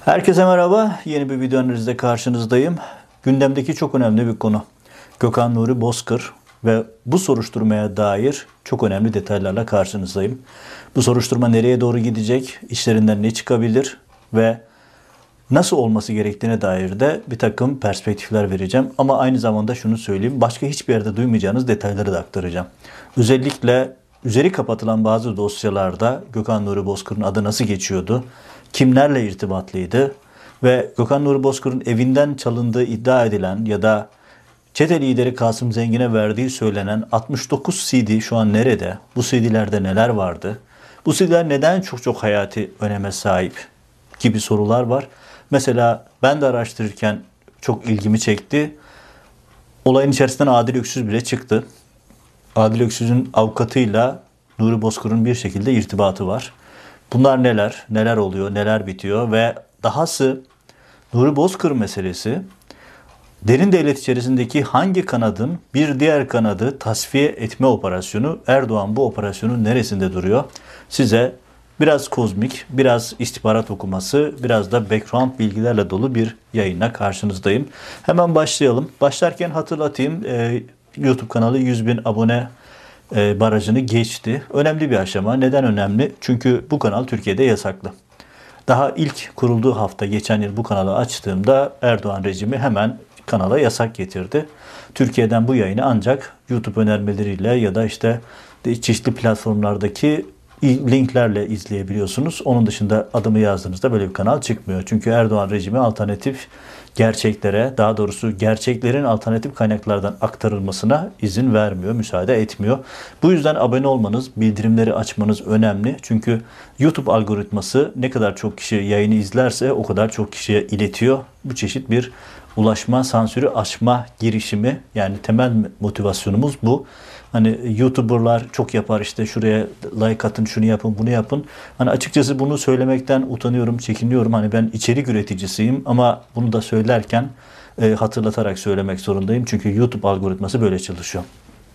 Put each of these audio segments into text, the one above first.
Herkese merhaba. Yeni bir video analizde karşınızdayım. Gündemdeki çok önemli bir konu. Gökhan Nuri Bozkır ve bu soruşturmaya dair çok önemli detaylarla karşınızdayım. Bu soruşturma nereye doğru gidecek, işlerinden ne çıkabilir ve nasıl olması gerektiğine dair de bir takım perspektifler vereceğim. Ama aynı zamanda şunu söyleyeyim, başka hiçbir yerde duymayacağınız detayları da aktaracağım. Özellikle üzeri kapatılan bazı dosyalarda Gökhan Nuri Bozkır'ın adı nasıl geçiyordu, kimlerle irtibatlıydı ve Gökhan Nuri Bozkır'ın evinden çalındığı iddia edilen ya da çete lideri Kasım Zengin'e verdiği söylenen 69 CD şu an nerede? Bu CD'lerde neler vardı? Bu CD'ler neden çok hayati öneme sahip gibi sorular var. Mesela ben de araştırırken çok ilgimi çekti. Olayın içerisinden Adil Öksüz bile çıktı. Adil Öksüz'ün avukatıyla Nuri Bozkır'ın bir şekilde irtibatı var. Bunlar neler? Neler oluyor? Neler bitiyor? Ve dahası Nuri Bozkır meselesi derin devlet içerisindeki hangi kanadın bir diğer kanadı tasfiye etme operasyonu, Erdoğan bu operasyonun neresinde duruyor? Size biraz kozmik, biraz istihbarat okuması, biraz da background bilgilerle dolu bir yayınla karşınızdayım. Hemen başlayalım. Başlarken hatırlatayım, YouTube kanalı 100.000 abone barajını geçti. Önemli bir aşama. Neden önemli? Çünkü bu kanal Türkiye'de yasaklı. Daha ilk kurulduğu hafta geçen yıl bu kanalı açtığımda Erdoğan rejimi hemen kanala yasak getirdi. Türkiye'den bu yayını ancak YouTube önermeleriyle ya da işte çeşitli platformlardaki linklerle izleyebiliyorsunuz. Onun dışında adımı yazdığınızda böyle bir kanal çıkmıyor. Çünkü Erdoğan rejimi alternatif gerçeklere, daha doğrusu gerçeklerin alternatif kaynaklardan aktarılmasına izin vermiyor, müsaade etmiyor. Bu yüzden abone olmanız, bildirimleri açmanız önemli. Çünkü YouTube algoritması ne kadar çok kişi yayını izlerse o kadar çok kişiye iletiyor. Bu çeşit bir ulaşma, sansürü aşma girişimi, yani temel motivasyonumuz bu. Hani YouTuber'lar çok yapar, işte şuraya like atın, şunu yapın, bunu yapın. Hani açıkçası bunu söylemekten utanıyorum, çekiniyorum. Hani ben içerik üreticisiyim ama bunu da söylerken hatırlatarak söylemek zorundayım. Çünkü YouTube algoritması böyle çalışıyor.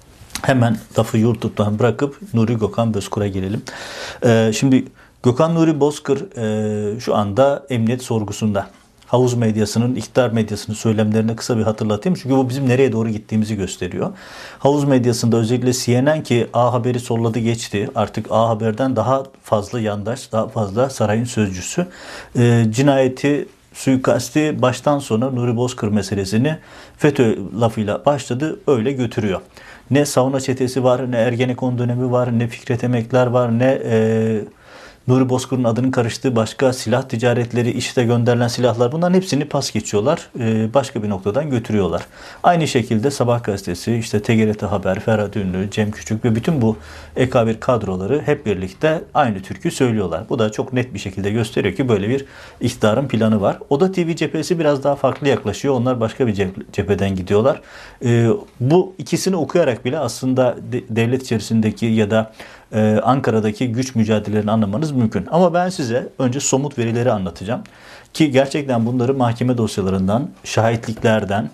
Hemen lafı YouTube'dan bırakıp Nuri Gökhan Bozkır'a gelelim. Şimdi Gökhan Nuri Bozkır şu anda emniyet sorgusunda. Havuz medyasının, iktidar medyasının söylemlerine kısa bir hatırlatayım. Çünkü bu bizim nereye doğru gittiğimizi gösteriyor. Havuz medyasında özellikle CNN ki A Haber'i solladı geçti. Artık A Haber'den daha fazla yandaş, daha fazla sarayın sözcüsü. Cinayeti, suikasti baştan sona Nuri Bozkır meselesini FETÖ lafıyla başladı, öyle götürüyor. Ne Savunma Çetesi var, ne Ergenekon dönemi var, ne Fikret Emekler var, ne Nuri Bozkır'ın adının karıştığı başka silah ticaretleri, IŞİD'e gönderilen silahlar, bunların hepsini pas geçiyorlar. Başka bir noktadan götürüyorlar. Aynı şekilde Sabah gazetesi, işte TGRT Haber, Ferhat Ünlü, Cem Küçük ve bütün bu ekabir kadroları hep birlikte aynı türkü söylüyorlar. Bu da çok net bir şekilde gösteriyor ki böyle bir iktidarın planı var. Oda TV cephesi biraz daha farklı yaklaşıyor. Onlar başka bir cepheden gidiyorlar. Bu ikisini okuyarak bile aslında devlet içerisindeki ya da Ankara'daki güç mücadelelerini anlamanız mümkün. Ama ben size önce somut verileri anlatacağım. Ki gerçekten bunları mahkeme dosyalarından, şahitliklerden,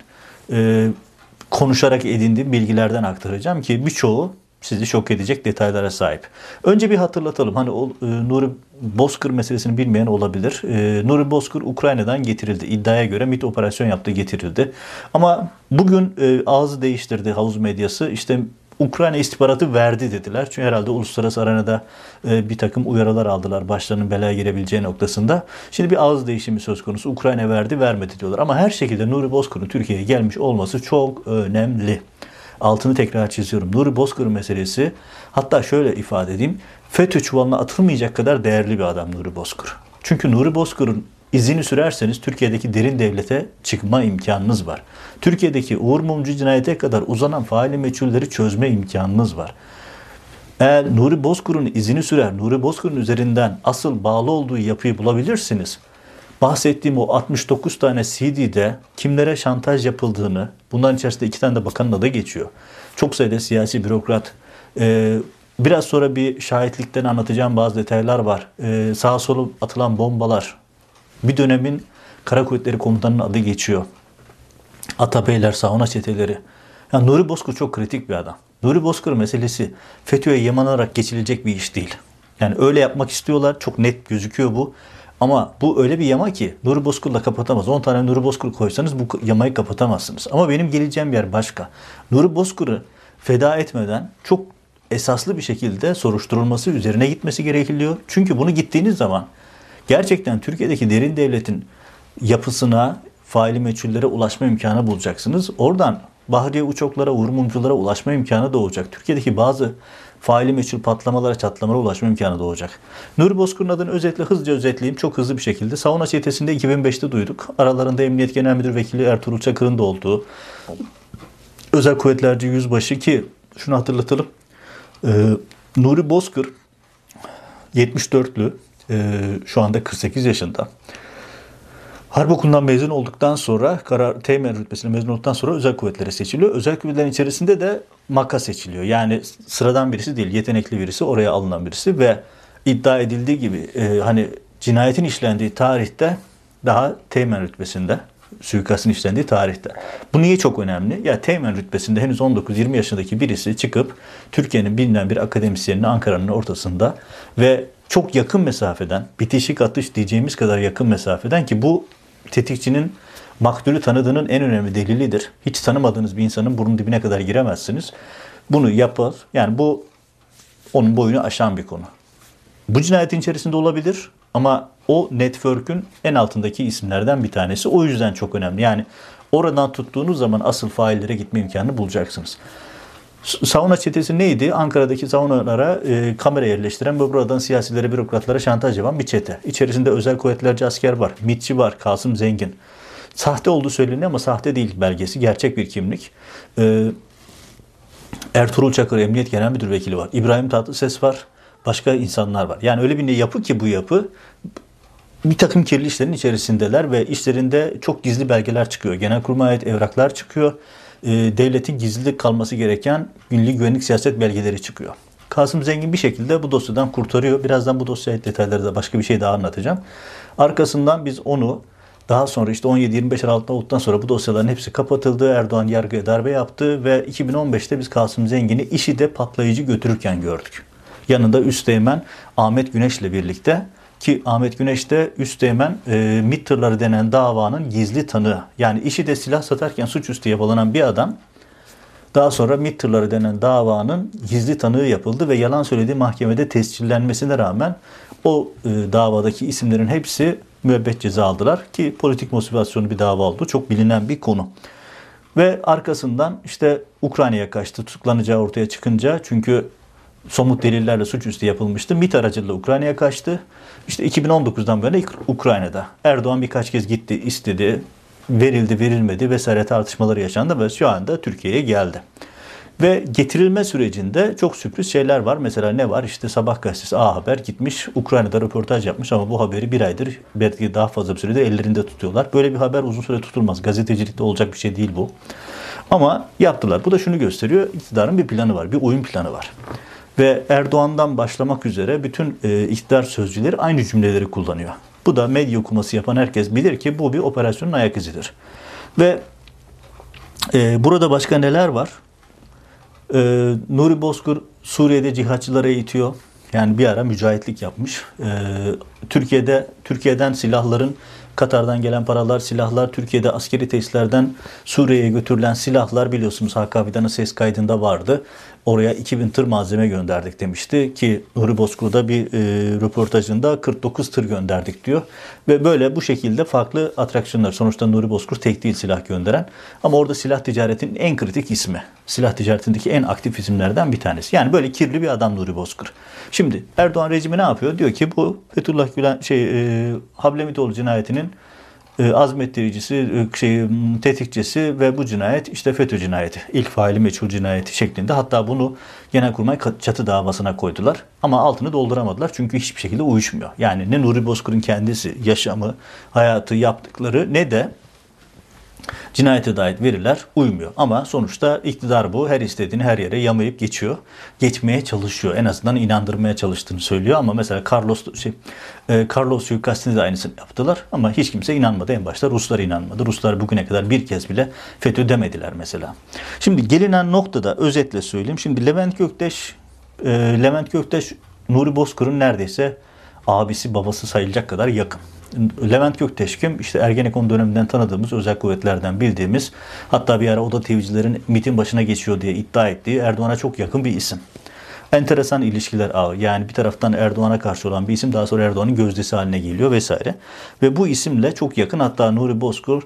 konuşarak edindiğim bilgilerden aktaracağım ki birçoğu sizi şok edecek detaylara sahip. Önce bir hatırlatalım. Hani Nuri Bozkır meselesini bilmeyen olabilir. Nuri Bozkır Ukrayna'dan getirildi. İddiaya göre MİT operasyon yaptı, getirildi. Ama bugün ağzı değiştirdi havuz medyası. İşte Ukrayna istihbaratı verdi dediler. Çünkü herhalde uluslararası arenada bir takım uyarılar aldılar başlarının belaya girebileceği noktasında. Şimdi bir ağız değişimi söz konusu. Ukrayna verdi, vermedi diyorlar. Ama her şekilde Nuri Bozkır'ın Türkiye'ye gelmiş olması çok önemli. Altını tekrar çiziyorum. Nuri Bozkır meselesi, hatta şöyle ifade edeyim, FETÖ çuvalına atılmayacak kadar değerli bir adam Nuri Bozkır. Çünkü Nuri Bozkır'ın izini sürerseniz Türkiye'deki derin devlete çıkma imkanınız var. Türkiye'deki Uğur Mumcu cinayete kadar uzanan faili meçhulleri çözme imkanınız var. Eğer Nuri Bozkır'ın izini sürer, Nuri Bozkır'ın üzerinden asıl bağlı olduğu yapıyı bulabilirsiniz. Bahsettiğim o 69 tane CD'de kimlere şantaj yapıldığını, bunların içerisinde 2 tane de bakanın adı geçiyor. Çok sayıda siyasi bürokrat. Biraz sonra bir şahitlikten anlatacağım bazı detaylar var. Sağa sola atılan bombalar. Bir dönemin Kara Kuvvetleri Komutanı'nın adı geçiyor. Atabeyler, savunma çeteleri. Yani Nuri Bozkır çok kritik bir adam. Nuri Bozkır meselesi FETÖ'ye yamanarak geçilecek bir iş değil. Yani öyle yapmak istiyorlar. Çok net gözüküyor bu. Ama bu öyle bir yama ki Nuri Bozkır'la kapatamaz. 10 tane Nuri Bozkır koysanız bu yamayı kapatamazsınız. Ama benim geleceğim yer başka. Nuri Bozkır'ı feda etmeden çok esaslı bir şekilde soruşturulması, üzerine gitmesi gerekiyor. Çünkü bunu gittiğiniz zaman gerçekten Türkiye'deki derin devletin yapısına, faili meçhullere ulaşma imkanı bulacaksınız. Oradan Bahriye Uçoklara, Uğur Mumculara ulaşma imkanı doğacak. Türkiye'deki bazı faili meçhul patlamalara, çatlamalara ulaşma imkanı doğacak. Nuri Bozkır'ın adını hızlıca özetleyeyim. Çok hızlı bir şekilde. Savunma çetesinde 2005'te duyduk. Aralarında Emniyet Genel Müdür Vekili Ertuğrul Çakır'ın da olduğu. Özel Kuvvetlerci Yüzbaşı ki şunu hatırlatalım. Nuri Bozkır 74'lü, şu anda 48 yaşında. Harp okulundan mezun olduktan sonra, Teğmen rütbesine mezun olduktan sonra özel kuvvetlere seçiliyor. Özel kuvvetlerin içerisinde de MAK'a seçiliyor. Yani sıradan birisi değil, yetenekli birisi, oraya alınan birisi ve iddia edildiği gibi hani cinayetin işlendiği tarihte daha Teğmen rütbesinde, suikastın işlendiği tarihte. Bu niye çok önemli? Ya Teğmen rütbesinde henüz 19-20 yaşındaki birisi çıkıp Türkiye'nin bilinen bir akademisyenini Ankara'nın ortasında ve çok yakın mesafeden, bitişik atış diyeceğimiz kadar yakın mesafeden, ki bu tetikçinin maktulü tanıdığının en önemli delilidir. Hiç tanımadığınız bir insanın burnun dibine kadar giremezsiniz. Bunu yapar. Yani bu onun boyunu aşan bir konu. Bu cinayetin içerisinde olabilir ama o network'ün en altındaki isimlerden bir tanesi. O yüzden çok önemli. Yani oradan tuttuğunuz zaman asıl faillere gitme imkanı bulacaksınız. Sauna çetesi neydi? Ankara'daki saunalara kamera yerleştiren ve buradan siyasilere, bürokratlara şantaj yapan bir çete. İçerisinde özel kuvvetlerce asker var, MİT'çi var, Kasım Zengin. Sahte olduğu söyleniyor ama sahte değil belgesi, gerçek bir kimlik. Ertuğrul Çakır, Emniyet Genel Müdür Vekili var. İbrahim Tatlıses var, başka insanlar var. Yani öyle bir yapı ki bu yapı bir takım kirli işlerin içerisindeler ve işlerinde çok gizli belgeler çıkıyor. Genelkurmay'a ait evraklar çıkıyor. Devletin gizlilik kalması gereken milli güvenlik siyaset belgeleri çıkıyor. Kasım Zengin bir şekilde bu dosyadan kurtarıyor. Birazdan bu dosya detayları da başka bir şey daha anlatacağım. Arkasından biz onu daha sonra işte 17-25 Aralık'ta olduktan sonra bu dosyaların hepsi kapatıldı. Erdoğan yargıya darbe yaptı ve 2015'te biz Kasım Zengin'i IŞİD'e patlayıcı götürürken gördük. Yanında Üsteğmen Ahmet Güneş'le birlikte, ki Ahmet Güneş de Üsteğmen MİT tırları denen davanın gizli tanığı. Yani IŞİD'e silah satarken suçüstü yakalanan bir adam, daha sonra MİT tırları denen davanın gizli tanığı yapıldı ve yalan söylediği mahkemede tescillenmesine rağmen o davadaki isimlerin hepsi müebbet ceza aldılar ki politik motivasyonlu bir dava oldu. Çok bilinen bir konu. Ve arkasından işte Ukrayna'ya kaçtı tutuklanacağı ortaya çıkınca, çünkü somut delillerle suçüstü yapılmıştı. MİT aracılığıyla Ukrayna'ya kaçtı. İşte 2019'dan böyle Ukrayna'da. Erdoğan birkaç kez gitti, istedi, verildi, verilmedi vesaire tartışmaları yaşandı ve şu anda Türkiye'ye geldi. Ve getirilme sürecinde çok sürpriz şeyler var. Mesela ne var? İşte Sabah gazetesi, A Haber gitmiş Ukrayna'da röportaj yapmış ama bu haberi bir aydır, belki daha fazla bir sürede ellerinde tutuyorlar. Böyle bir haber uzun süre tutulmaz. Gazetecilikte olacak bir şey değil bu. Ama yaptılar. Bu da şunu gösteriyor. İktidarın bir planı var, bir oyun planı var. Ve Erdoğan'dan başlamak üzere bütün iktidar sözcüleri aynı cümleleri kullanıyor. Bu da medya okuması yapan herkes bilir ki bu bir operasyonun ayak izidir. Ve burada başka neler var? Nuri Bozkır Suriye'de cihatçılara eğitiyor. Yani bir ara mücahitlik yapmış. Türkiye'den silahların, Katar'dan gelen paralar, silahlar, Türkiye'de askeri tesislerden Suriye'ye götürülen silahlar, biliyorsunuz Hakkı Fidan'ın ses kaydında vardı. Oraya 2000 tır malzeme gönderdik demişti ki Nuri Bozkır'da bir röportajında 49 tır gönderdik diyor. Ve böyle bu şekilde farklı atraksiyonlar. Sonuçta Nuri Bozkır tek değil silah gönderen ama orada silah ticaretinin en kritik ismi. Silah ticaretindeki en aktif isimlerden bir tanesi. Yani böyle kirli bir adam Nuri Bozkır. Şimdi Erdoğan rejimi ne yapıyor? Diyor ki bu Fethullah Gülen Hablemitoğlu cinayetinin azmettiricisi, tetikçisi ve bu cinayet işte FETÖ cinayeti. İlk faili meçhul cinayeti şeklinde. Hatta bunu Genelkurmay çatı davasına koydular. Ama altını dolduramadılar çünkü hiçbir şekilde uyuşmuyor. Yani ne Nuri Bozkır'ın kendisi, yaşamı, hayatı, yaptıkları ne de cinayete dair veriler uymuyor. Ama sonuçta iktidar bu. Her istediğini her yere yamayıp geçiyor. Geçmeye çalışıyor. En azından inandırmaya çalıştığını söylüyor. Ama mesela Carlos suikastini de aynısını yaptılar. Ama hiç kimse inanmadı. En başta Ruslar inanmadı. Ruslar bugüne kadar bir kez bile FETÖ demediler mesela. Şimdi gelinen noktada özetle söyleyeyim. Şimdi Levent Göktaş Nuri Bozkır'ın neredeyse abisi babası sayılacak kadar yakın. Levent Göktaş kim? İşte Ergenekon döneminden tanıdığımız, özel kuvvetlerden bildiğimiz, hatta bir ara Oda TV'cilerin MİT'in başına geçiyor diye iddia ettiği Erdoğan'a çok yakın bir isim. Enteresan ilişkiler ağı. Yani bir taraftan Erdoğan'a karşı olan bir isim daha sonra Erdoğan'ın gözdesi haline geliyor vesaire. Ve bu isimle çok yakın, hatta Nuri Bozkır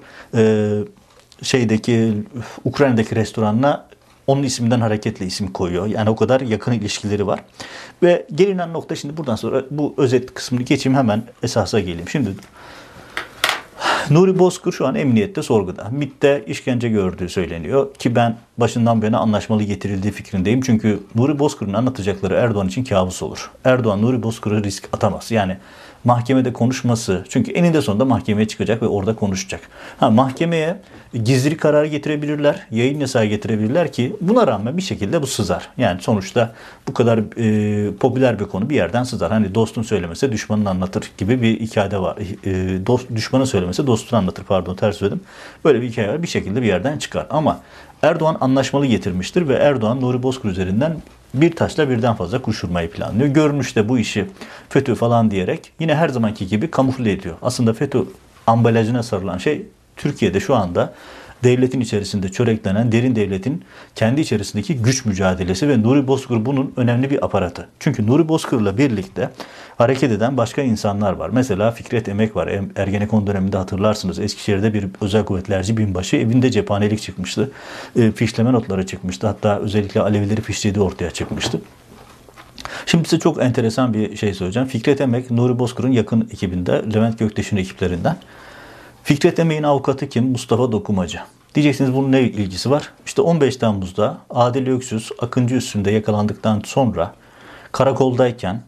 Ukrayna'daki restoranına onun isminden hareketle isim koyuyor. Yani o kadar yakın ilişkileri var. Ve gelinen nokta, şimdi buradan sonra bu özet kısmını geçeyim, hemen esasa geleyim. Şimdi Nuri Bozkır şu an emniyette, sorguda. MİT'te işkence gördüğü söyleniyor ki ben başından beri anlaşmalı getirildiği fikrindeyim. Çünkü Nuri Bozkır'ın anlatacakları Erdoğan için kabus olur. Erdoğan Nuri Bozkır'ı risk atamaz. Yani mahkemede konuşması, çünkü eninde sonunda mahkemeye çıkacak ve orada konuşacak. Mahkemeye gizli kararı getirebilirler, yayın yasağı getirebilirler ki buna rağmen bir şekilde bu sızar. Yani sonuçta bu kadar popüler bir konu bir yerden sızar. Hani dostun söylemese düşmanın anlatır gibi bir hikayede var. Düşmanın söylemese dostun anlatır, pardon ters söyledim. Böyle bir hikaye var, bir şekilde bir yerden çıkar. Ama Erdoğan anlaşmalı getirmiştir ve Erdoğan Nuri Bozkır üzerinden bir taşla birden fazla kuş vurmayı planlıyor. Görünüşte bu işi FETÖ falan diyerek yine her zamanki gibi kamufle ediyor. Aslında FETÖ ambalajına sarılan şey Türkiye'de şu anda devletin içerisinde çöreklenen derin devletin kendi içerisindeki güç mücadelesi ve Nuri Bozkır bunun önemli bir aparatı. Çünkü Nuri Bozkır'la birlikte hareket eden başka insanlar var. Mesela Fikret Emek var. Ergenekon döneminde hatırlarsınız. Eskişehir'de bir özel kuvvetlerci binbaşı evinde cephanelik çıkmıştı. Fişleme notları çıkmıştı. Hatta özellikle Alevileri fişlediği ortaya çıkmıştı. Şimdi size çok enteresan bir şey söyleyeceğim. Fikret Emek, Nuri Bozkır'ın yakın ekibinde, Levent Göktaş'ın ekiplerinden. Fikret Emek'in avukatı kim? Mustafa Dokumacı. Diyeceksiniz bunun ne ilgisi var? İşte 15 Temmuz'da Adil Öksüz Akıncı üstünde yakalandıktan sonra karakoldayken,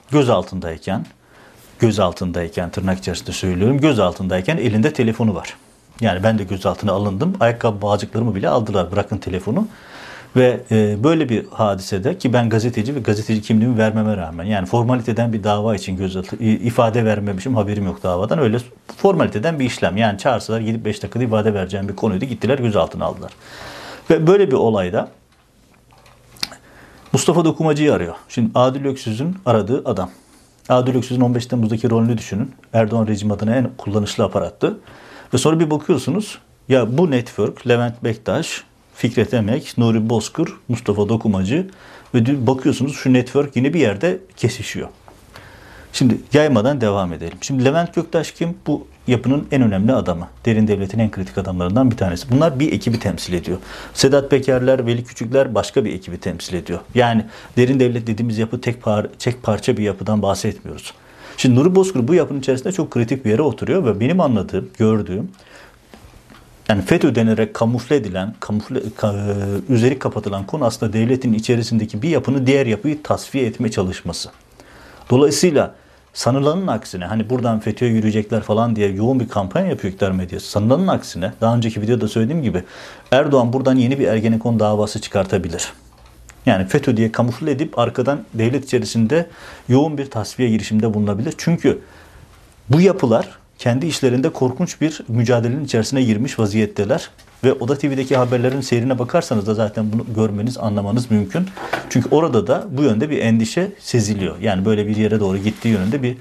gözaltındayken tırnak içerisinde söylüyorum, gözaltındayken elinde telefonu var. Yani ben de gözaltına alındım. Ayakkabı bağcıklarımı bile aldılar, bırakın telefonu. Ve böyle bir hadisede, ki ben gazeteci ve gazeteci kimliğimi vermeme rağmen, yani formaliteden bir dava için gözaltı ifade vermemişim, haberim yok davadan, öyle formaliteden bir işlem. Yani çağırsalar gidip 5 dakikada ifade vereceğim bir konuydu, gittiler gözaltına aldılar. Ve böyle bir olayda Mustafa Dokumacı'yı arıyor. Şimdi Adil Öksüz'ün aradığı adam. Adil Öksüz'ün 15 Temmuz'daki rolünü düşünün. Erdoğan rejimi adına en kullanışlı aparattı. Ve sonra bir bakıyorsunuz, ya bu network Levent Bektaş, Fikret Emek, Nuri Bozkır, Mustafa Dokumacı ve bakıyorsunuz şu network yine bir yerde kesişiyor. Şimdi yaymadan devam edelim. Şimdi Levent Göktaş kim? Bu yapının en önemli adamı. Derin devletin en kritik adamlarından bir tanesi. Bunlar bir ekibi temsil ediyor. Sedat Pekerler, Veli Küçükler başka bir ekibi temsil ediyor. Yani derin devlet dediğimiz yapı tek parça bir yapıdan bahsetmiyoruz. Şimdi Nuri Bozkır bu yapının içerisinde çok kritik bir yere oturuyor ve benim anladığım, gördüğüm, yani FETÖ denerek kamufle edilen, üzeri kapatılan konu aslında devletin içerisindeki bir yapının diğer yapıyı tasfiye etme çalışması. Dolayısıyla sanılanın aksine, hani buradan FETÖ'ye yürüyecekler falan diye yoğun bir kampanya yapıyor iktidar medyası. Sanılanın aksine, daha önceki videoda söylediğim gibi, Erdoğan buradan yeni bir Ergenekon davası çıkartabilir. Yani FETÖ diye kamufle edip arkadan devlet içerisinde yoğun bir tasfiye girişiminde bulunabilir. Çünkü bu yapılar kendi işlerinde korkunç bir mücadelenin içerisine girmiş vaziyetteler. Ve Oda TV'deki haberlerin seyrine bakarsanız da zaten bunu görmeniz, anlamanız mümkün. Çünkü orada da bu yönde bir endişe seziliyor. Yani böyle bir yere doğru gittiği yönünde bir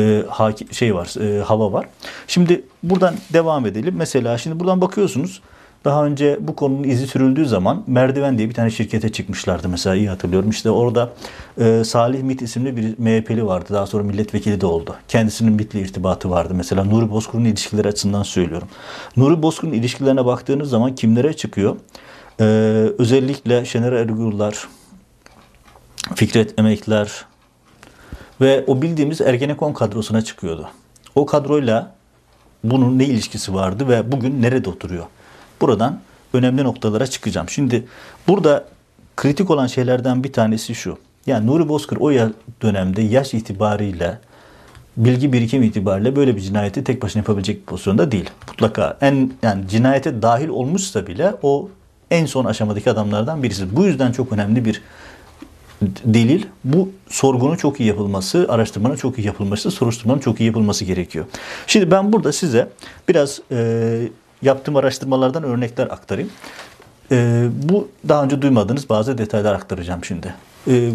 hava var. Şimdi buradan devam edelim. Mesela şimdi buradan bakıyorsunuz. Daha önce bu konunun izi sürüldüğü zaman Merdiven diye bir tane şirkete çıkmışlardı mesela, iyi hatırlıyorum. İşte orada Salih MİT isimli bir MHP'li vardı. Daha sonra milletvekili de oldu. Kendisinin MİT'le irtibatı vardı. Mesela Nuri Bozkır'ın ilişkileri açısından söylüyorum. Nuri Bozkır'ın ilişkilerine baktığınız zaman kimlere çıkıyor? Özellikle Şener Ergürler, Fikret Emekler ve o bildiğimiz Ergenekon kadrosuna çıkıyordu. O kadroyla bunun ne ilişkisi vardı ve bugün nerede oturuyor? Buradan önemli noktalara çıkacağım. Şimdi burada kritik olan şeylerden bir tanesi şu. Yani Nuri Bozkır o dönemde yaş itibariyle, bilgi birikim itibariyle böyle bir cinayeti tek başına yapabilecek bir pozisyonda değil. Mutlaka yani cinayete dahil olmuşsa bile o en son aşamadaki adamlardan birisi. Bu yüzden çok önemli bir delil. Bu sorgunun çok iyi yapılması, araştırmanın çok iyi yapılması, soruşturmanın çok iyi yapılması gerekiyor. Şimdi ben burada size biraz yaptığım araştırmalardan örnekler aktarayım. Bu daha önce duymadığınız bazı detaylar aktaracağım şimdi.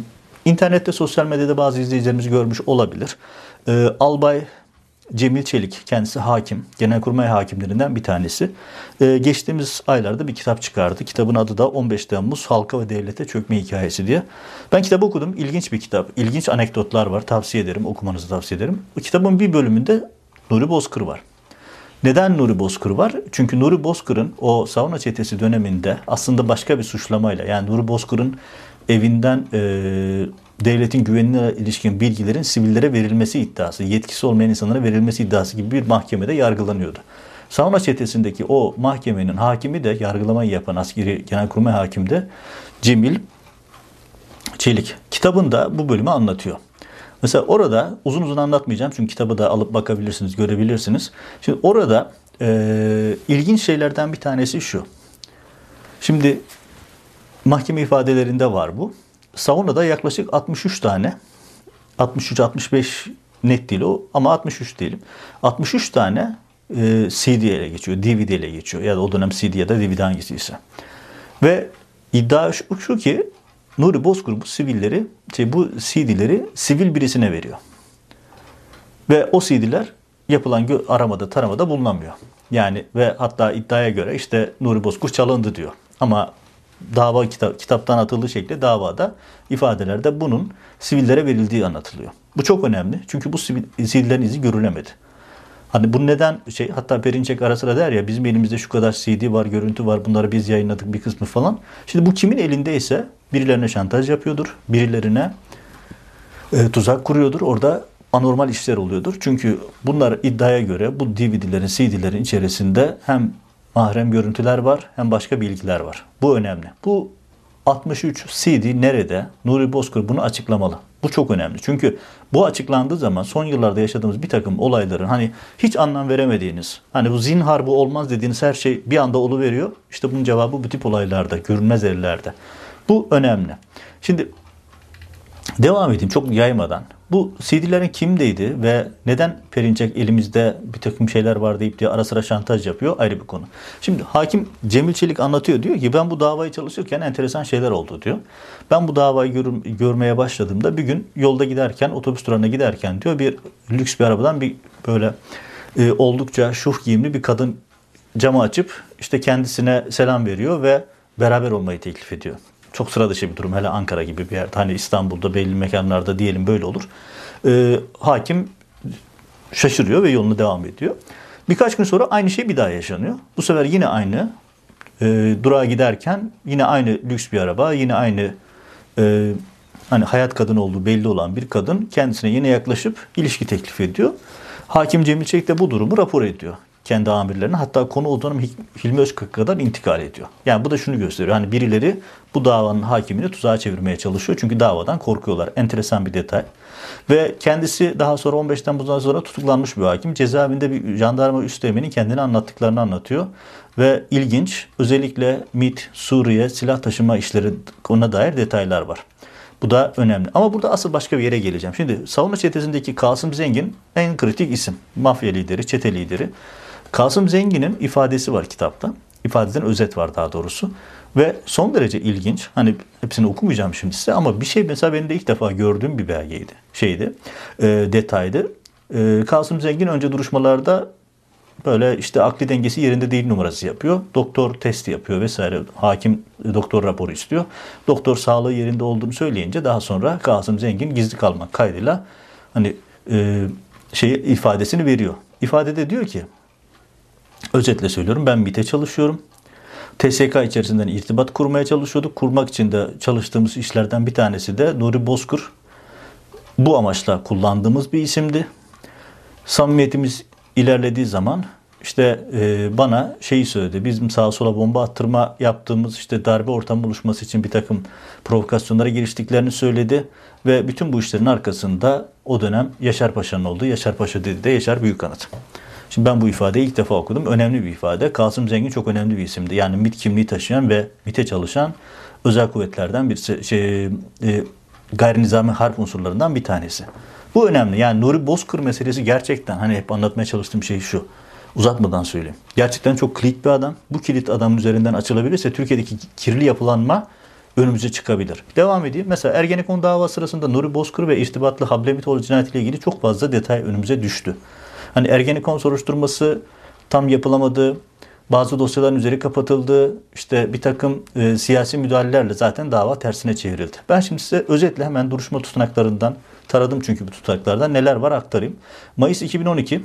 İnternette, sosyal medyada bazı izleyicilerimiz görmüş olabilir. Albay Cemil Çelik, kendisi hakim, Genelkurmay hakimlerinden bir tanesi. Geçtiğimiz aylarda bir kitap çıkardı. Kitabın adı da 15 Temmuz Halka ve Devlete Çökme Hikayesi diye. Ben kitabı okudum. İlginç bir kitap. İlginç anekdotlar var. Tavsiye ederim. Okumanızı tavsiye ederim. Bu kitabın bir bölümünde Nuri Bozkır var. Neden Nuri Bozkır var? Çünkü Nuri Bozkır'ın o Savunma Çetesi döneminde aslında başka bir suçlamayla, yani Nuri Bozkır'ın evinden devletin güvenliğine ilişkin bilgilerin sivillere verilmesi iddiası, yetkisi olmayan insanlara verilmesi iddiası gibi bir mahkemede yargılanıyordu. Savunma Çetesi'ndeki o mahkemenin hakimi de, yargılamayı yapan askeri genelkurmay hakimi de Cemil Çelik. Kitabında bu bölümü anlatıyor. Mesela orada uzun uzun anlatmayacağım çünkü kitabı da alıp bakabilirsiniz, görebilirsiniz. Şimdi orada ilginç şeylerden bir tanesi şu. Şimdi mahkeme ifadelerinde var bu. Savunada yaklaşık 63 tane, 63-65 net değil o ama 63 diyelim. 63 tane CD ile geçiyor, DVD ile geçiyor ya da o dönem CD ya da DVD hangisiyse. Ve iddia şu ki Nuri Bozkır bu CD'leri sivil birisine veriyor. Ve o CD'ler yapılan aramada, taramada bulunamıyor. Yani ve hatta iddiaya göre işte Nuri Bozkır çalındı diyor. Ama dava kitaptan atıldığı şekilde davada, ifadelerde bunun sivillere verildiği anlatılıyor. Bu çok önemli. Çünkü bu CD'lerin izi görülemedi. Hani bu neden hatta Perinçek ara sıra der ya, bizim elimizde şu kadar CD var, görüntü var, bunları biz yayınladık bir kısmı falan. Şimdi bu kimin elindeyse birilerine şantaj yapıyordur, birilerine tuzak kuruyordur. Orada anormal işler oluyordur. Çünkü bunlar iddiaya göre bu DVD'lerin, CD'lerin içerisinde hem mahrem görüntüler var hem başka bilgiler var. Bu önemli. Bu 63 CD nerede? Nuri Bozkır bunu açıklamalı. Bu çok önemli. Çünkü bu açıklandığı zaman son yıllarda yaşadığımız bir takım olayların hani hiç anlam veremediğiniz, hani bu zinhar bu olmaz dediğiniz her şey bir anda oluveriyor. İşte bunun cevabı bu tip olaylarda, görünmez ellerde. Bu önemli. Şimdi devam edeyim çok yaymadan. Bu CD'lerin kimdeydi ve neden Perinçek elimizde bir takım şeyler var deyip diye ara sıra şantaj yapıyor, ayrı bir konu. Şimdi hakim Cemil Çelik anlatıyor, diyor ki ben bu davayı çalışırken enteresan şeyler oldu diyor. Ben bu davayı görmeye başladığımda bir gün yolda giderken, otobüs durağına giderken diyor bir lüks bir arabadan bir böyle oldukça şuh giyimli bir kadın camı açıp işte kendisine selam veriyor ve beraber olmayı teklif ediyor. Çok sıra dışı bir durum. Hele Ankara gibi bir yerde. Hani İstanbul'da belli mekanlarda diyelim böyle olur. Hakim şaşırıyor ve yoluna devam ediyor. Birkaç gün sonra aynı şey bir daha yaşanıyor. Bu sefer yine aynı durağa giderken yine aynı lüks bir araba, yine aynı hani hayat kadını olduğu belli olan bir kadın kendisine yine yaklaşıp ilişki teklif ediyor. Hakim Cemil Çelik de bu durumu rapor ediyor kendi amirlerine. Hatta konu o dönem Hilmi Özkırk'a kadar intikal ediyor. Yani bu da şunu gösteriyor. Hani birileri bu davanın hakimini tuzağa çevirmeye çalışıyor. Çünkü davadan korkuyorlar. Enteresan bir detay. Ve kendisi daha sonra 15 Temmuz'dan sonra tutuklanmış bir hakim. Cezaevinde bir jandarma üsteğmenin kendini anlattıklarını anlatıyor. Ve ilginç, özellikle MİT, Suriye, silah taşıma işleri ona dair detaylar var. Bu da önemli. Ama burada asıl başka bir yere geleceğim. Şimdi savunma çetesindeki Kasım Zengin en kritik isim. Mafya lideri, çete lideri. Kasım Zengin'in ifadesi var kitapta. İfadeden özet var daha doğrusu. Ve son derece ilginç. Hani hepsini okumayacağım şimdi size ama bir şey mesela benim de ilk defa gördüğüm bir belgeydi. Detaydı. Kasım Zengin önce duruşmalarda böyle işte akli dengesi yerinde değil numarası yapıyor. Doktor testi yapıyor vesaire. Hakim doktor raporu istiyor. Doktor sağlığı yerinde olduğunu söyleyince daha sonra Kasım Zengin gizli kalmak kaydıyla hani ifadesini veriyor. İfadede diyor ki, özetle söylüyorum, ben MİT'e çalışıyorum. TSK içerisinden irtibat kurmaya çalışıyorduk. Kurmak için de çalıştığımız işlerden bir tanesi de Nuri Bozkır. Bu amaçla kullandığımız bir isimdi. Samimiyetimiz ilerlediği zaman işte bana şeyi söyledi. Bizim sağa sola bomba attırma yaptığımız işte darbe ortamı oluşması için bir takım provokasyonlara giriştiklerini söyledi. Ve bütün bu işlerin arkasında o dönem Yaşar Paşa'nın olduğu, Yaşar Paşa dedi de Yaşar Büyükanıt. Şimdi ben bu ifadeyi ilk defa okudum. Önemli bir ifade. Kasım Zengin çok önemli bir isimdi. Yani MİT kimliği taşıyan ve MİT'e çalışan özel kuvvetlerden birisi, gayri nizami harp unsurlarından bir tanesi. Bu önemli. Yani Nuri Bozkır meselesi gerçekten hani hep anlatmaya çalıştığım şey şu. Uzatmadan söyleyeyim. Gerçekten çok kilit bir adam. Bu kilit adamın üzerinden açılabilirse Türkiye'deki kirli yapılanma önümüze çıkabilir. Devam edeyim. Mesela Ergenekon davası sırasında Nuri Bozkır ve irtibatlı Hablemitoğlu cinayetiyle ilgili çok fazla detay önümüze düştü. Hani Ergenekon soruşturması tam yapılamadı. Bazı dosyaların üzeri kapatıldı. İşte bir takım siyasi müdahalelerle zaten dava tersine çevrildi. Ben şimdi size özetle hemen duruşma tutanaklarından taradım, çünkü bu tutanaklardan neler var aktarayım. Mayıs 2012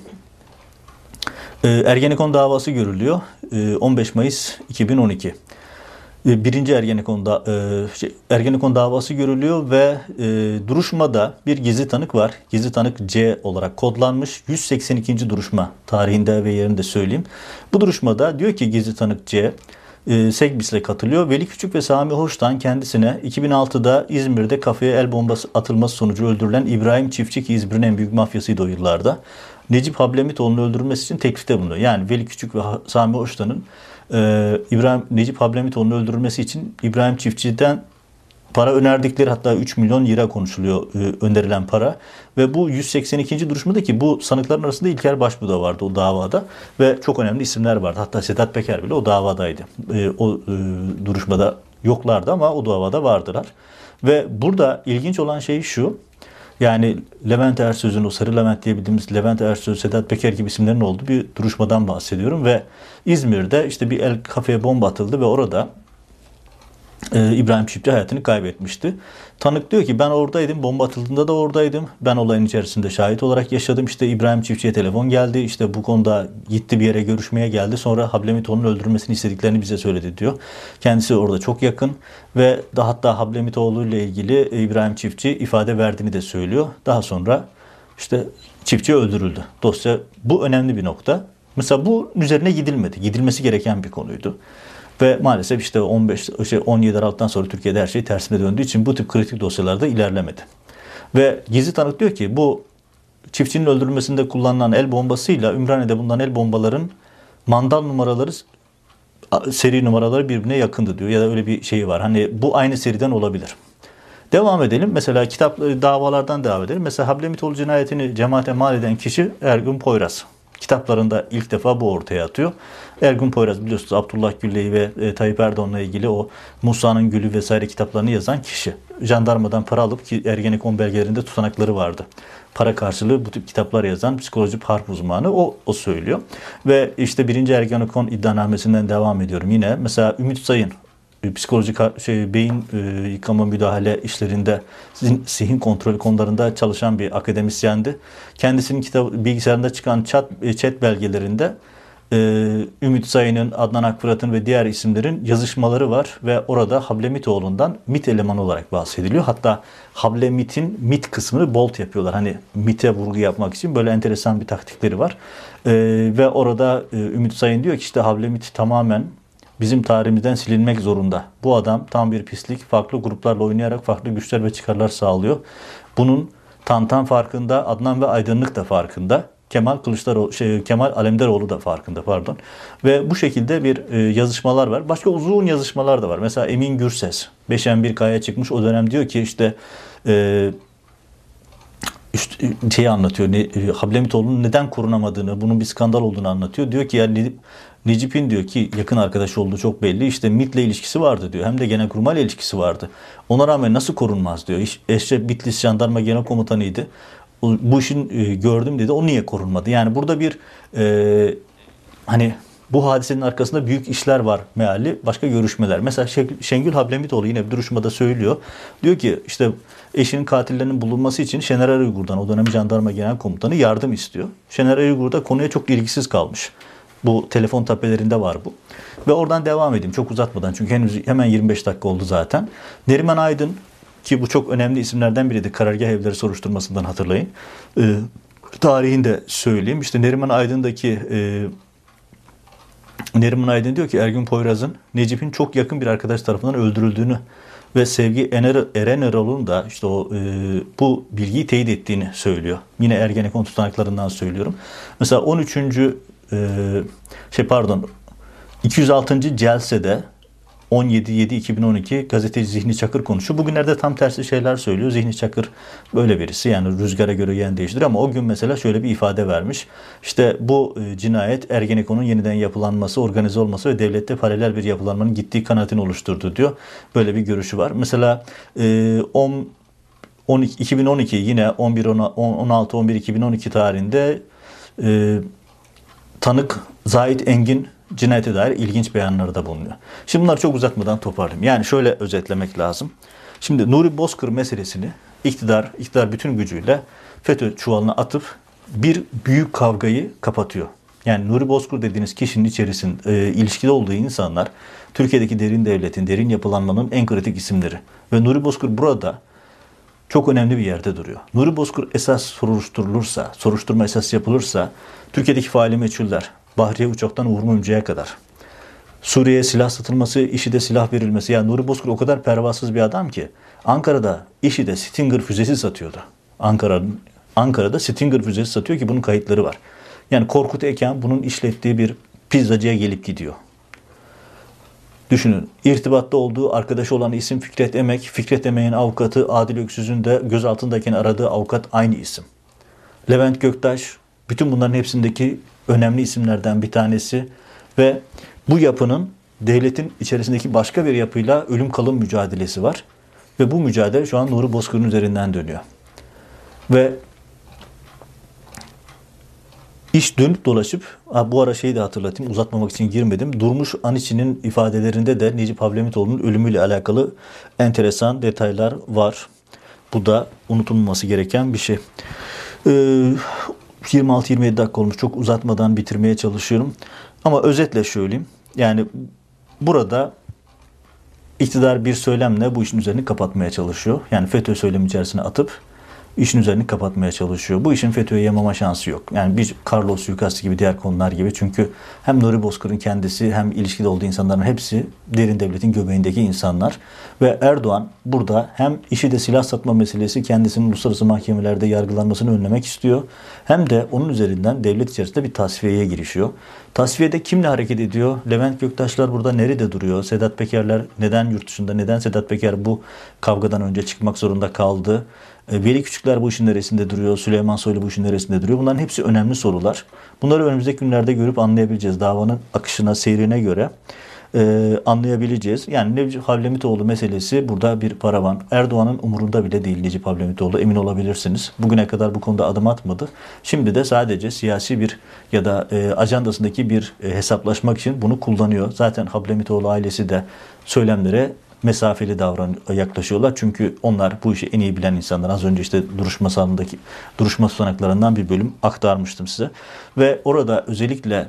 Ergenekon davası görülüyor. 15 Mayıs 2012. Birinci Ergenekon davası görülüyor ve duruşmada bir gizli tanık var. Gizli tanık C olarak kodlanmış. 182. duruşma tarihinde ve yerinde söyleyeyim. Bu duruşmada diyor ki gizli tanık C, Segbis'le katılıyor. Veli Küçük ve Sami Hoş'tan kendisine 2006'da İzmir'de kafeye el bombası atılması sonucu öldürülen İbrahim Çiftçi, ki İzmir'in en büyük mafyasıydı o yıllarda, Necip Hablemitoğlu'nu öldürülmesi için teklifte bulunuyor. Yani Veli Küçük ve Sami Hoş'tan'ın Necip Hablemitoğlu'nu öldürülmesi için İbrahim Çiftçi'den para önerdikleri, hatta 3 milyon lira konuşuluyor önerilen para. Ve bu 182. duruşmadaki bu sanıkların arasında İlker Başbuğ da vardı o davada ve çok önemli isimler vardı. Hatta Sedat Peker bile o davadaydı. Duruşmada yoklardı ama o davada vardılar. Ve burada ilginç olan şey şu: yani Levent Ersöz'ün, o Sarı Levent diye bildiğimiz Levent Ersöz, Sedat Peker gibi isimlerin olduğu bir duruşmadan bahsediyorum ve İzmir'de işte bir el kafeye bomba atıldı ve orada İbrahim Çiftçi hayatını kaybetmişti. Tanık diyor ki ben oradaydım, bomba atıldığında da oradaydım. Ben olayın içerisinde şahit olarak yaşadım. İşte İbrahim Çiftçi'ye telefon geldi. İşte bu konuda gitti, bir yere görüşmeye geldi. Sonra Hablemitoğlu'nun öldürülmesini istediklerini bize söyledi diyor. Kendisi orada çok yakın ve hatta Hablemitoğlu ile ilgili İbrahim Çiftçi ifade verdiğini de söylüyor. Daha sonra işte Çiftçi öldürüldü. Dosya, bu önemli bir nokta. Mesela bu üzerine gidilmedi. Gidilmesi gereken bir konuydu. Ve maalesef işte 17 Aralık'tan sonra Türkiye'de her şey tersine döndüğü için bu tip kritik dosyalarda ilerlemedi. Ve gizli tanık diyor ki bu Çiftçinin öldürülmesinde kullanılan el bombasıyla Ümraniye'de bulunan el bombaların mandal numaraları, seri numaraları birbirine yakındı diyor. Ya da öyle bir şey var. Hani bu aynı seriden olabilir. Devam edelim. Mesela davalardan devam edelim. Mesela Hablemitoğlu cinayetini cemaate mal eden kişi Ergun Poyraz. Kitaplarında ilk defa bu ortaya atıyor. Ergun Poyraz biliyorsunuz Abdullah Gül'le ve Tayyip Erdoğan'la ilgili o Musa'nın Gülü vesaire kitaplarını yazan kişi. Jandarmadan para alıp, ki Ergenekon belgelerinde tutanakları vardı, para karşılığı bu tip kitaplar yazan psikoloji harp uzmanı o söylüyor. Ve işte 1. Ergenekon iddianamesinden devam ediyorum yine. Mesela Ümit Sayın psikolojik beyin yıkama müdahale işlerinde, zihin kontrolü konularında çalışan bir akademisyendi. Kendisinin bilgisayarında çıkan chat belgelerinde Ümit Sayın'ın, Adnan Akfırat'ın ve diğer isimlerin yazışmaları var ve orada Hablemitoğlu'ndan MİT elemanı olarak bahsediliyor. Hatta Hablemit'in MİT kısmını bold yapıyorlar. Hani MİT'e vurgu yapmak için böyle enteresan bir taktikleri var. Ve orada Ümit Sayın diyor ki işte Hablemit tamamen bizim tarihimizden silinmek zorunda. Bu adam tam bir pislik. Farklı gruplarla oynayarak farklı güçler ve çıkarlar sağlıyor. Bunun Tantan farkında, Adnan ve Aydınlık da farkında. Kemal Alemdaroğlu da farkında, pardon. Ve bu şekilde bir yazışmalar var. Başka uzun yazışmalar da var. Mesela Emin Gürses 5M1K'ya çıkmış. O dönem diyor ki işte şeyi anlatıyor. Hablemitoğlu'nun neden korunamadığını, bunun bir skandal olduğunu anlatıyor. Diyor ki yani Necip'in diyor ki yakın arkadaş olduğu çok belli. İşte MİT'le ilişkisi vardı diyor. Hem de Genelkurmay'la ilişkisi vardı. Ona rağmen nasıl korunmaz diyor. Eşref Bitlis Jandarma Genel Komutanıydı. Bu işin gördüm dedi. O niye korunmadı? Yani burada bir hani bu hadisenin arkasında büyük işler var meali, başka görüşmeler. Mesela Şengül Hablemitoğlu yine bir duruşmada söylüyor. Diyor ki işte eşinin katillerinin bulunması için Şener Uygur'dan, o dönem Jandarma Genel Komutanı, yardım istiyor. Şener Uygur da konuya çok ilgisiz kalmış. Bu telefon tapelerinde var bu. Ve oradan devam edeyim çok uzatmadan, çünkü henüz hemen 25 dakika oldu zaten. Neriman Aydın, ki bu çok önemli isimlerden biriydi. Karargah evleri soruşturmasından hatırlayın. Tarihini de söyleyeyim. İşte Neriman Aydın diyor ki Ergun Poyraz'ın Necip'in çok yakın bir arkadaş tarafından öldürüldüğünü ve Sevgi Eren Erol'un da işte bu bilgiyi teyit ettiğini söylüyor. Yine Ergenekon tutanaklarından söylüyorum. Mesela 206. celsede 17-7-2012 gazeteci Zihni Çakır konuşuyor. Bugünlerde tam tersi şeyler söylüyor. Zihni Çakır böyle birisi, yani rüzgara göre yen değiştirir, ama o gün mesela şöyle bir ifade vermiş. İşte bu cinayet Ergenekon'un yeniden yapılanması, organize olması ve devlette paralel bir yapılanmanın gittiği kanaatini oluşturdu diyor. Böyle bir görüşü var. Mesela 2012 yine 16-11-2012 tarihinde tanık Zahit Engin cinayete dair ilginç beyanlarda bulunuyor. Şimdi bunları çok uzatmadan toparlayayım. Yani şöyle özetlemek lazım. Şimdi Nuri Bozkır meselesini iktidar bütün gücüyle FETÖ çuvalına atıp bir büyük kavgayı kapatıyor. Yani Nuri Bozkır dediğiniz kişinin içerisinde ilişkide olduğu insanlar Türkiye'deki derin devletin, derin yapılanmanın en kritik isimleri. Ve Nuri Bozkır burada çok önemli bir yerde duruyor. Nuri Bozkır esas soruşturulursa, soruşturma esas yapılırsa Türkiye'deki faili meçhuller, Bahriye Uçak'tan Uğur Mumcu'ya kadar, Suriye'ye silah satılması, IŞİD'e silah verilmesi. Yani Nuri Bozkır o kadar pervasız bir adam ki Ankara'da IŞİD'e Stinger füzesi satıyordu. Ankara'da Stinger füzesi satıyor ki bunun kayıtları var. Yani Korkut Eken bunun işlettiği bir pizzacıya gelip gidiyor. Düşünün, irtibatta olduğu arkadaşı olan isim Fikret Emek. Fikret Emek'in avukatı Adil Öksüz'ün de gözaltındayken aradığı avukat aynı isim. Levent Göktaş, bütün bunların hepsindeki önemli isimlerden bir tanesi ve bu yapının devletin içerisindeki başka bir yapıyla ölüm kalım mücadelesi var. Ve bu mücadele şu an Nuri Bozkır'ın üzerinden dönüyor. Ve İş dönüp dolaşıp, bu ara şeyi de hatırlatayım, uzatmamak için girmedim. Durmuş Aniçi'nin ifadelerinde de Necip Hablemitoğlu'nun ölümüyle alakalı enteresan detaylar var. Bu da unutulmaması gereken bir şey. 26-27 dakika olmuş. Çok uzatmadan bitirmeye çalışıyorum. Ama özetle söyleyeyim. Yani burada iktidar bir söylemle bu işin üzerini kapatmaya çalışıyor. Yani FETÖ söylemi içerisine atıp işin üzerini kapatmaya çalışıyor. Bu işin FETÖ'ye yamama şansı yok. Yani bir Carlos suikastı gibi, diğer konular gibi. Çünkü hem Nuri Bozkır'ın kendisi hem ilişkide olduğu insanların hepsi derin devletin göbeğindeki insanlar. Ve Erdoğan burada hem IŞİD'e silah satma meselesi, kendisinin uluslararası mahkemelerde yargılanmasını önlemek istiyor. Hem de onun üzerinden devlet içerisinde bir tasfiyeye girişiyor. Tasfiyede kimle hareket ediyor? Levent Göktaşlar burada nerede duruyor? Sedat Pekerler neden yurt dışında? Neden Sedat Peker bu kavgadan önce çıkmak zorunda kaldı? Veli Küçükler bu işin neresinde duruyor? Süleyman Soylu bu işin neresinde duruyor? Bunların hepsi önemli sorular. Bunları önümüzdeki günlerde görüp anlayabileceğiz. Davanın akışına, seyrine göre anlayabileceğiz. Yani Necip Hablemitoğlu meselesi burada bir paravan. Erdoğan'ın umurunda bile değil Necip Hablemitoğlu, emin olabilirsiniz. Bugüne kadar bu konuda adım atmadı. Şimdi de sadece siyasi bir ya da ajandasındaki bir hesaplaşmak için bunu kullanıyor. Zaten Hablemitoğlu ailesi de söylemlere mesafeli yaklaşıyorlar. Çünkü onlar bu işi en iyi bilen insanlar. Az önce işte duruşma tutanaklarından bir bölüm aktarmıştım size. Ve orada özellikle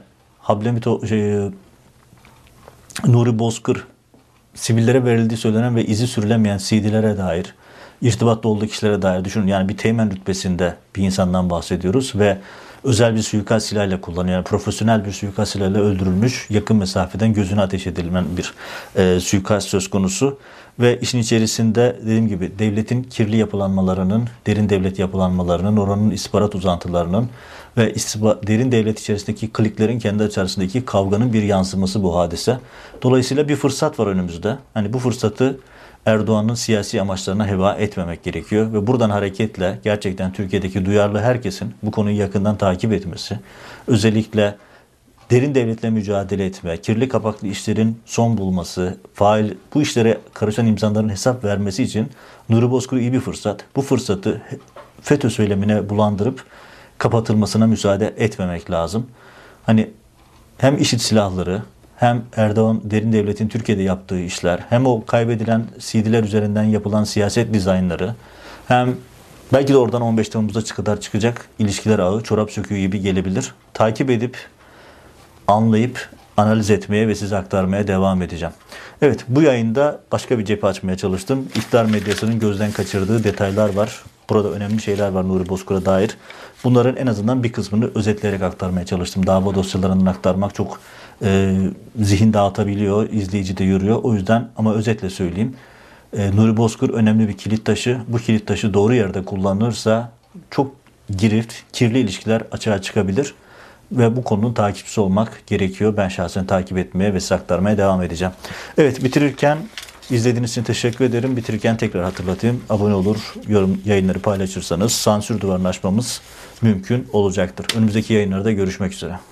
Nuri Bozkır sivillere verildiği söylenen ve izi sürülemeyen CD'lere dair, irtibatta olduğu kişilere dair düşünün. Yani bir teğmen rütbesinde bir insandan bahsediyoruz ve özel bir suikast silahıyla kullanıyor. Yani profesyonel bir suikast silahıyla öldürülmüş, yakın mesafeden gözüne ateş edilen bir suikast söz konusu. Ve işin içerisinde dediğim gibi devletin kirli yapılanmalarının, derin devlet yapılanmalarının, oranın istihbarat uzantılarının ve derin devlet içerisindeki kliklerin kendi içerisindeki kavganın bir yansıması bu hadise. Dolayısıyla bir fırsat var önümüzde. Hani bu fırsatı Erdoğan'ın siyasi amaçlarına heba etmemek gerekiyor ve buradan hareketle gerçekten Türkiye'deki duyarlı herkesin bu konuyu yakından takip etmesi, özellikle derin devletle mücadele etme, kirli kapaklı işlerin son bulması, bu işlere karışan insanların hesap vermesi için Nuri Bozkır iyi bir fırsat. Bu fırsatı FETÖ söylemine bulandırıp kapatılmasına müsaade etmemek lazım. Hani hem IŞİD silahları, hem Erdoğan derin devletin Türkiye'de yaptığı işler, hem o kaybedilen CD'ler üzerinden yapılan siyaset dizaynları, hem belki de oradan 15 Temmuz'a kadar çıkacak ilişkiler ağı çorap söküğü gibi gelebilir. Takip edip, anlayıp, analiz etmeye ve size aktarmaya devam edeceğim. Evet, bu yayında başka bir cephe açmaya çalıştım. İktidar medyasının gözden kaçırdığı detaylar var. Burada önemli şeyler var Nuri Bozkır'a dair. Bunların en azından bir kısmını özetleyerek aktarmaya çalıştım. Dava dosyalarından aktarmak çok zihin dağıtabiliyor, izleyici de yoruyor. O yüzden ama özetle söyleyeyim. Nuri Bozkır önemli bir kilit taşı. Bu kilit taşı doğru yerde kullanılırsa çok girift, kirli ilişkiler açığa çıkabilir. ve bu konunun takipçisi olmak gerekiyor. Ben şahsen takip etmeye ve size aktarmaya devam edeceğim. Evet, bitirirken izlediğiniz için teşekkür ederim. Bitirirken tekrar hatırlatayım. Abone olur, yorum, yayınları paylaşırsanız sansür duvarını aşmamız mümkün olacaktır. Önümüzdeki yayınlarda görüşmek üzere.